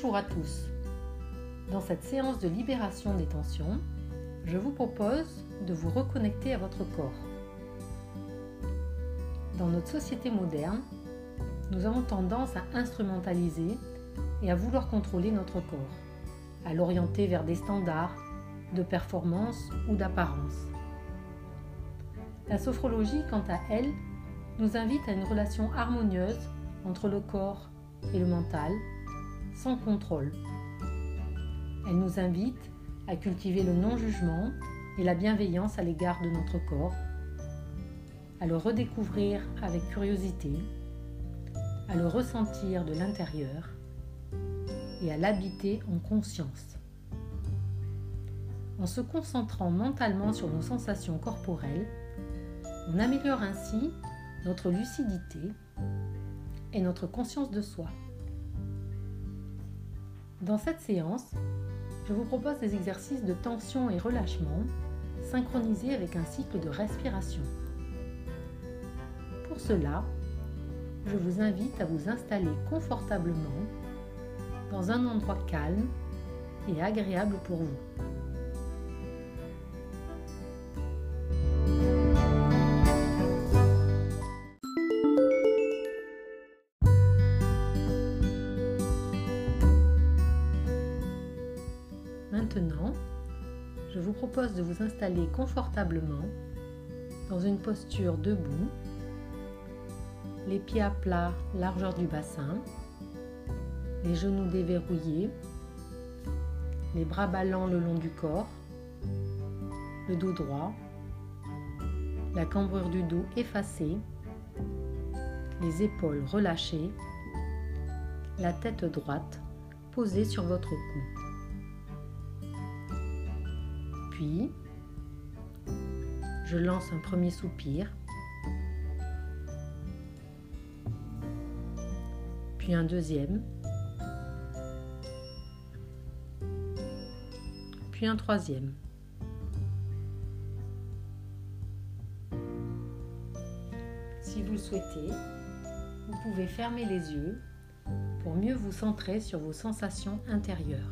Bonjour à tous. Dans cette séance de libération des tensions, je vous propose de vous reconnecter à votre corps. Dans notre société moderne, nous avons tendance à instrumentaliser et à vouloir contrôler notre corps, à l'orienter vers des standards de performance ou d'apparence. La sophrologie, quant à elle, nous invite à une relation harmonieuse entre le corps et le mental, sans contrôle. Elle nous invite à cultiver le non-jugement et la bienveillance à l'égard de notre corps, à le redécouvrir avec curiosité, à le ressentir de l'intérieur et à l'habiter en conscience. En se concentrant mentalement sur nos sensations corporelles, on améliore ainsi notre lucidité et notre conscience de soi. Dans cette séance, je vous propose des exercices de tension et relâchement synchronisés avec un cycle de respiration. Pour cela, je vous invite à vous installer confortablement dans un endroit calme et agréable pour vous. Maintenant, je vous propose de vous installer confortablement dans une posture debout, les pieds à plat, largeur du bassin, les genoux déverrouillés, les bras ballants le long du corps, le dos droit, la cambrure du dos effacée, les épaules relâchées, la tête droite posée sur votre cou. Puis, je lance un premier soupir, puis un deuxième, puis un troisième. Si vous le souhaitez, vous pouvez fermer les yeux pour mieux vous centrer sur vos sensations intérieures.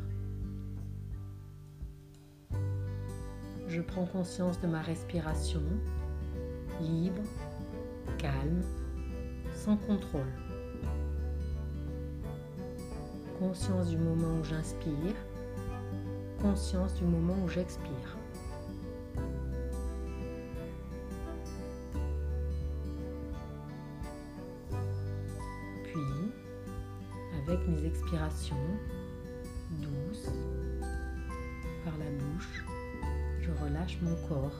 Je prends conscience de ma respiration, libre, calme, sans contrôle. Conscience du moment où j'inspire, conscience du moment où j'expire. Puis, avec mes expirations douces par la bouche, je relâche mon corps.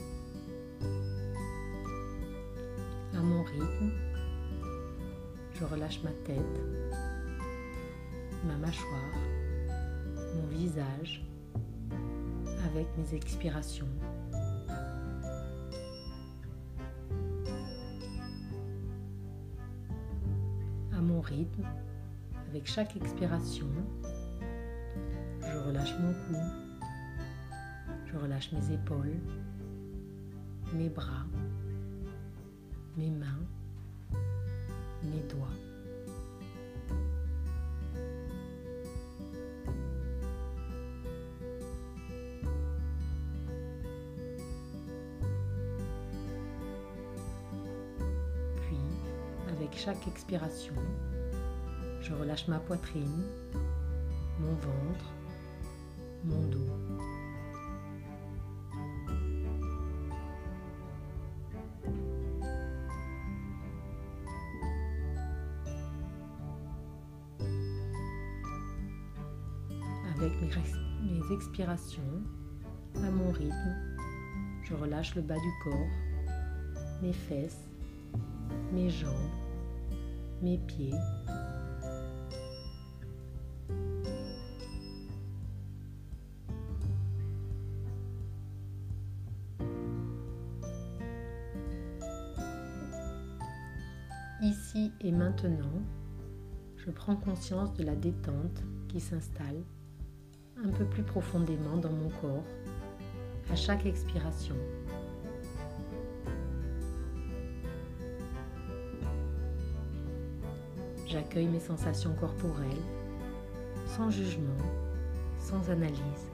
À mon rythme, je relâche ma tête, ma mâchoire, mon visage avec mes expirations. À mon rythme, avec chaque expiration, je relâche mon cou. Je relâche mes épaules, mes bras, mes mains, mes doigts. Puis, avec chaque expiration, je relâche ma poitrine, mon ventre, mon dos. Avec mes expirations, à mon rythme, je relâche le bas du corps, mes fesses, mes jambes, mes pieds. Ici et maintenant, je prends conscience de la détente qui s'installe un peu plus profondément dans mon corps à chaque expiration. J'accueille mes sensations corporelles sans jugement, sans analyse.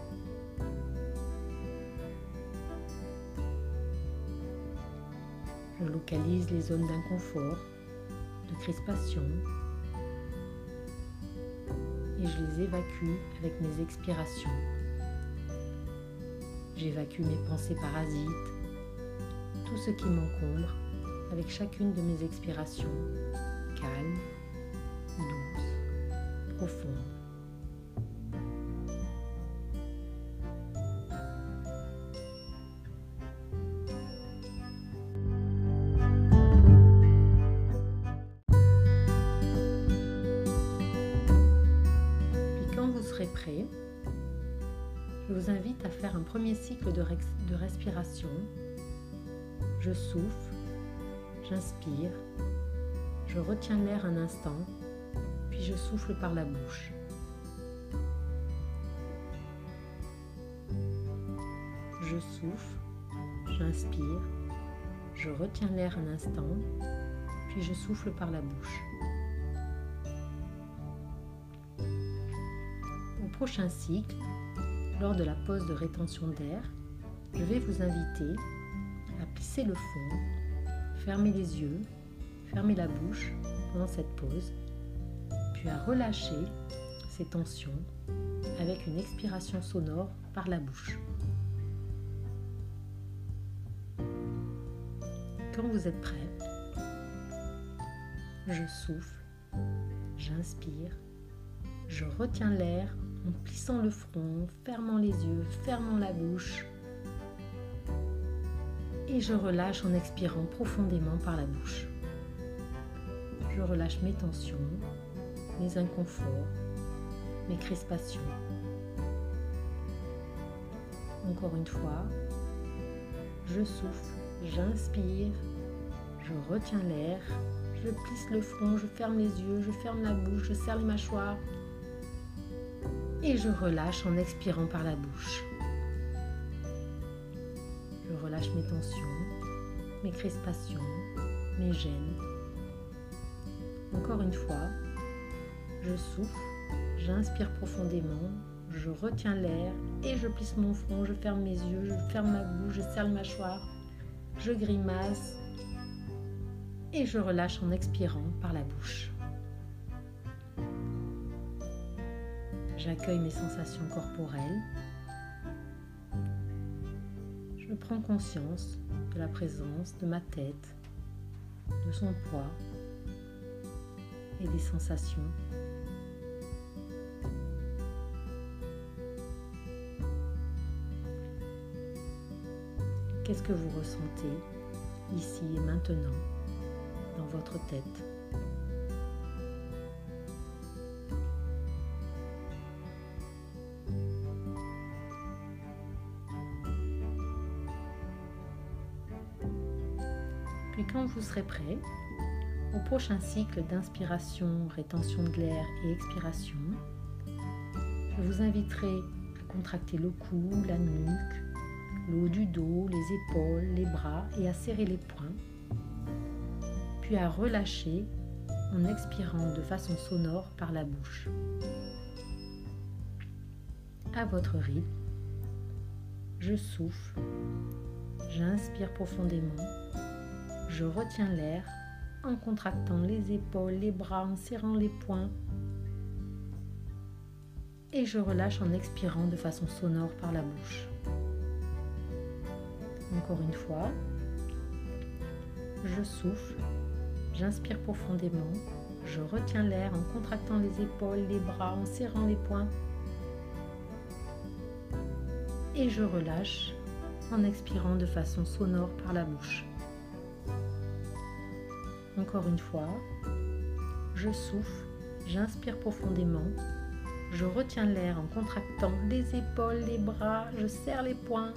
Je localise les zones d'inconfort, de crispation, et je les évacue avec mes expirations. J'évacue mes pensées parasites, tout ce qui m'encombre avec chacune de mes expirations, calmes, douces, profondes. Puis quand vous serez prêt, je vous invite à faire un premier cycle de respiration. Je souffle, j'inspire, je retiens l'air un instant, puis je souffle par la bouche. Je souffle, j'inspire, je retiens l'air un instant, puis je souffle par la bouche. Au prochain cycle, lors de la pause de rétention d'air, je vais vous inviter à plisser le fond, fermer les yeux, fermer la bouche pendant cette pause, puis à relâcher ces tensions avec une expiration sonore par la bouche. Quand vous êtes prêt, je souffle, j'inspire, je retiens l'air en plissant le front, fermant les yeux, fermant la bouche, et je relâche en expirant profondément par la bouche. Je relâche mes tensions, mes inconforts, mes crispations. Encore une fois, je souffle, j'inspire, je retiens l'air, je plisse le front, je ferme les yeux, je ferme la bouche, je serre les mâchoires et je relâche en expirant par la bouche. Je relâche mes tensions, mes crispations, mes gênes. Encore une fois, je souffle, j'inspire profondément, je retiens l'air et je plisse mon front, je ferme mes yeux, je ferme ma bouche, je serre les mâchoires, je grimace et je relâche en expirant par la bouche. J'accueille mes sensations corporelles. Je prends conscience de la présence de ma tête, de son poids et des sensations. Qu'est-ce que vous ressentez ici et maintenant dans votre tête ? Puis quand vous serez prêt, au prochain cycle d'inspiration, rétention de l'air et expiration, je vous inviterai à contracter le cou, la nuque, le haut du dos, les épaules, les bras et à serrer les poings, puis à relâcher en expirant de façon sonore par la bouche. À votre rythme, je souffle, j'inspire profondément, je retiens l'air en contractant les épaules, les bras, en serrant les poings et je relâche en expirant de façon sonore par la bouche. Encore une fois, je souffle, j'inspire profondément, je retiens l'air en contractant les épaules, les bras, en serrant les poings et je relâche en expirant de façon sonore par la bouche. Encore une fois, je souffle, j'inspire profondément, je retiens l'air en contractant les épaules, les bras, je serre les poings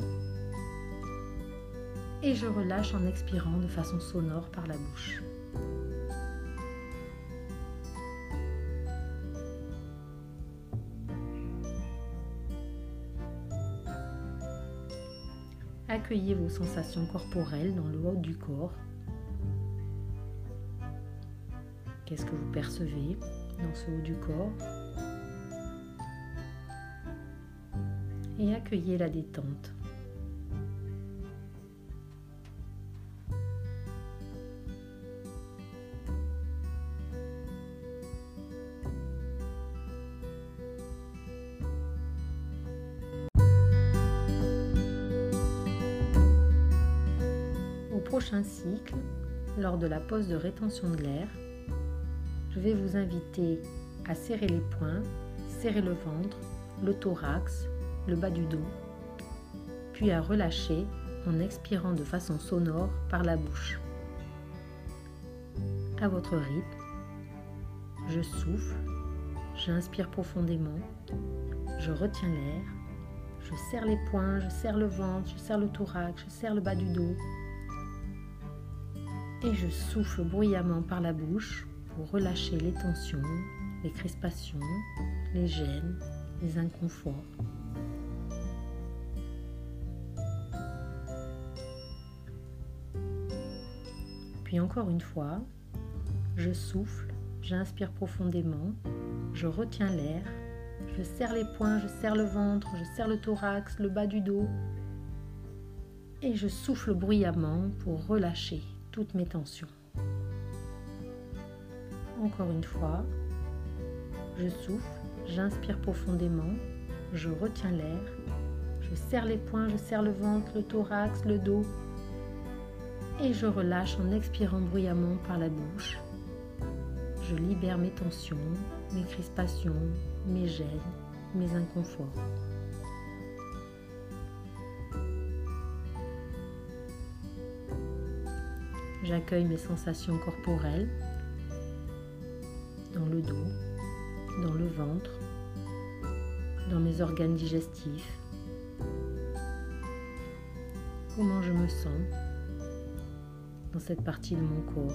et je relâche en expirant de façon sonore par la bouche. Accueillez vos sensations corporelles dans le haut du corps. Qu'est-ce que vous percevez dans ce haut du corps? et accueillez la détente. Au prochain cycle, lors de la pause de rétention de l'air, je vais vous inviter à serrer les poings, serrer le ventre, le thorax, le bas du dos, puis à relâcher en expirant de façon sonore par la bouche. À votre rythme, je souffle, j'inspire profondément, je retiens l'air, je serre les poings, je serre le ventre, je serre le thorax, je serre le bas du dos et je souffle bruyamment par la bouche pour relâcher les tensions, les crispations, les gênes, les inconforts. Puis encore une fois, je souffle, j'inspire profondément, je retiens l'air, je serre les poings, je serre le ventre, je serre le thorax, le bas du dos et je souffle bruyamment pour relâcher toutes mes tensions. Encore une fois, je souffle, j'inspire profondément, je retiens l'air, je serre les poings, je serre le ventre, le thorax, le dos et je relâche en expirant bruyamment par la bouche. Je libère mes tensions, mes crispations, mes gênes, mes inconforts. J'accueille mes sensations corporelles dans le dos, dans le ventre, dans mes organes digestifs. Comment je me sens dans cette partie de mon corps.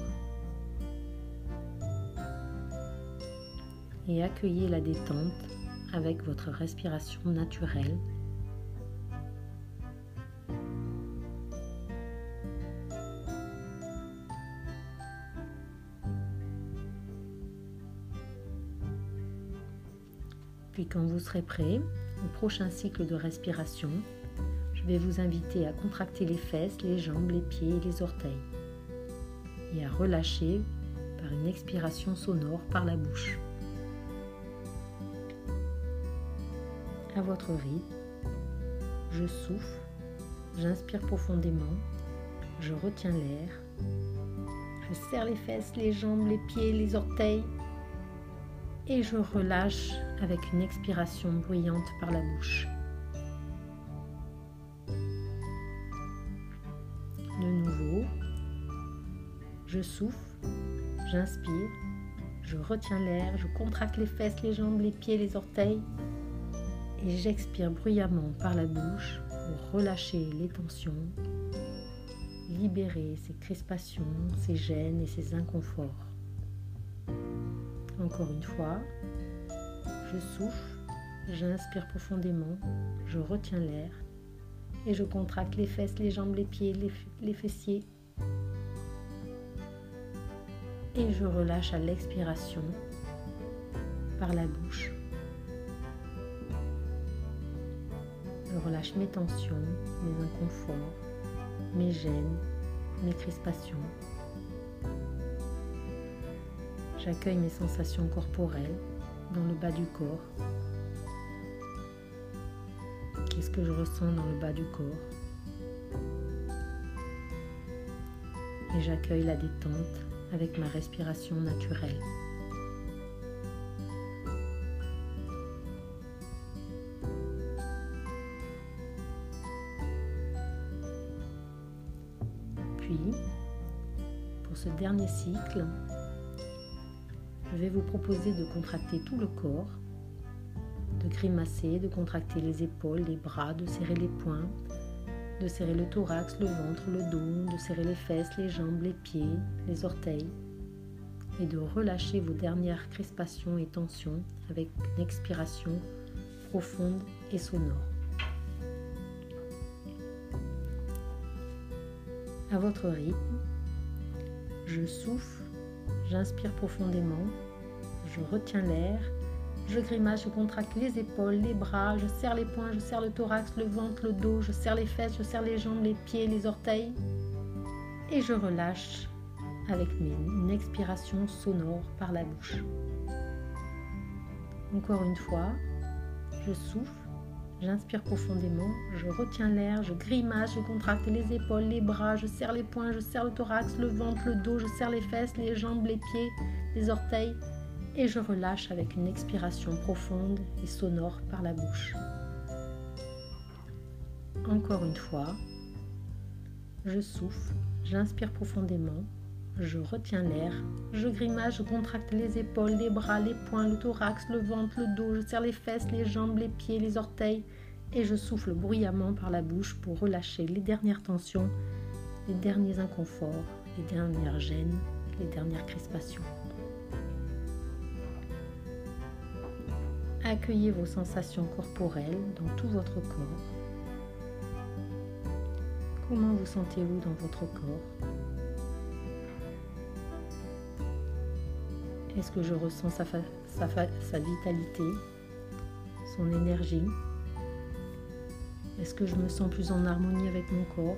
Et accueillez la détente avec votre respiration naturelle. Puis quand vous serez prêt, au prochain cycle de respiration, je vais vous inviter à contracter les fesses, les jambes, les pieds et les orteils et à relâcher par une expiration sonore par la bouche. À votre rythme, je souffle, j'inspire profondément, je retiens l'air, je serre les fesses, les jambes, les pieds, les orteils et je relâche avec une expiration bruyante par la bouche. De nouveau, je souffle, j'inspire, je retiens l'air, je contracte les fesses, les jambes, les pieds, les orteils et j'expire bruyamment par la bouche pour relâcher les tensions, libérer ces crispations, ces gênes et ces inconforts. Encore une fois, je souffle, j'inspire profondément, je retiens l'air et je contracte les fesses, les jambes, les pieds, les fessiers et je relâche à l'expiration par la bouche. Je relâche mes tensions, mes inconforts, mes gênes, mes crispations. J'accueille mes sensations corporelles dans le bas du corps. Qu'est-ce que je ressens dans le bas du corps? Et j'accueille la détente avec ma respiration naturelle. Puis, pour ce dernier cycle, je vais vous proposer de contracter tout le corps, de grimacer, de contracter les épaules, les bras, de serrer les poings, de serrer le thorax, le ventre, le dos, de serrer les fesses, les jambes, les pieds, les orteils et de relâcher vos dernières crispations et tensions avec une expiration profonde et sonore. À votre rythme, je souffle, j'inspire profondément, je retiens l'air, Je grimace, je contracte les épaules, les bras, je serre les poings, je serre le thorax, le ventre, le dos, je serre les fesses, je serre les jambes, les pieds, les orteils. Et je relâche avec une expiration sonore par la bouche. Encore une fois, je souffle, j'inspire profondément, je retiens l'air, je grimace, je contracte les épaules, les bras, je serre les poings, je serre le thorax, le ventre, le dos, je serre les fesses, les jambes, les pieds, les orteils. Et je relâche avec une expiration profonde et sonore par la bouche. Encore une fois, je souffle, j'inspire profondément, je retiens l'air, je grimace, je contracte les épaules, les bras, les poings, le thorax, le ventre, le dos, je serre les fesses, les jambes, les pieds, les orteils et je souffle bruyamment par la bouche pour relâcher les dernières tensions, les derniers inconforts, les dernières gênes, les dernières crispations. Accueillez vos sensations corporelles dans tout votre corps. Comment vous sentez-vous dans votre corps? Est-ce que je ressens sa vitalité, son énergie? Est-ce que je me sens plus en harmonie avec mon corps?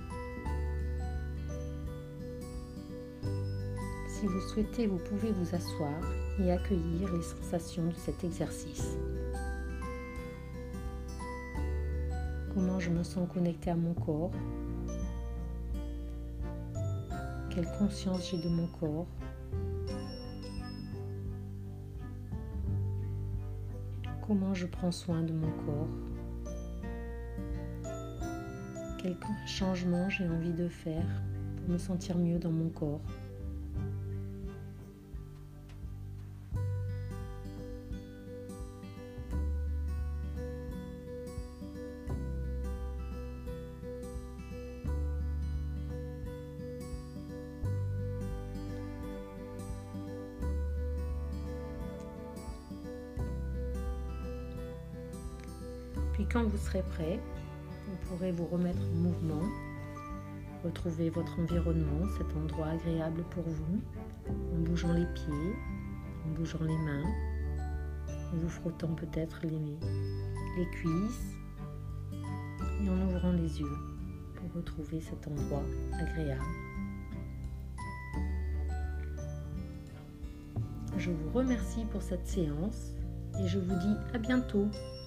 Si vous souhaitez, vous pouvez vous asseoir et accueillir les sensations de cet exercice. Comment je me sens connectée à mon corps? Quelle conscience j'ai de mon corps? Comment je prends soin de mon corps? Quel changement j'ai envie de faire pour me sentir mieux dans mon corps? Puis quand vous serez prêt, vous pourrez vous remettre en mouvement, retrouver votre environnement, cet endroit agréable pour vous, en bougeant les pieds, en bougeant les mains, en vous frottant peut-être les cuisses et en ouvrant les yeux pour retrouver cet endroit agréable. Je vous remercie pour cette séance et je vous dis à bientôt.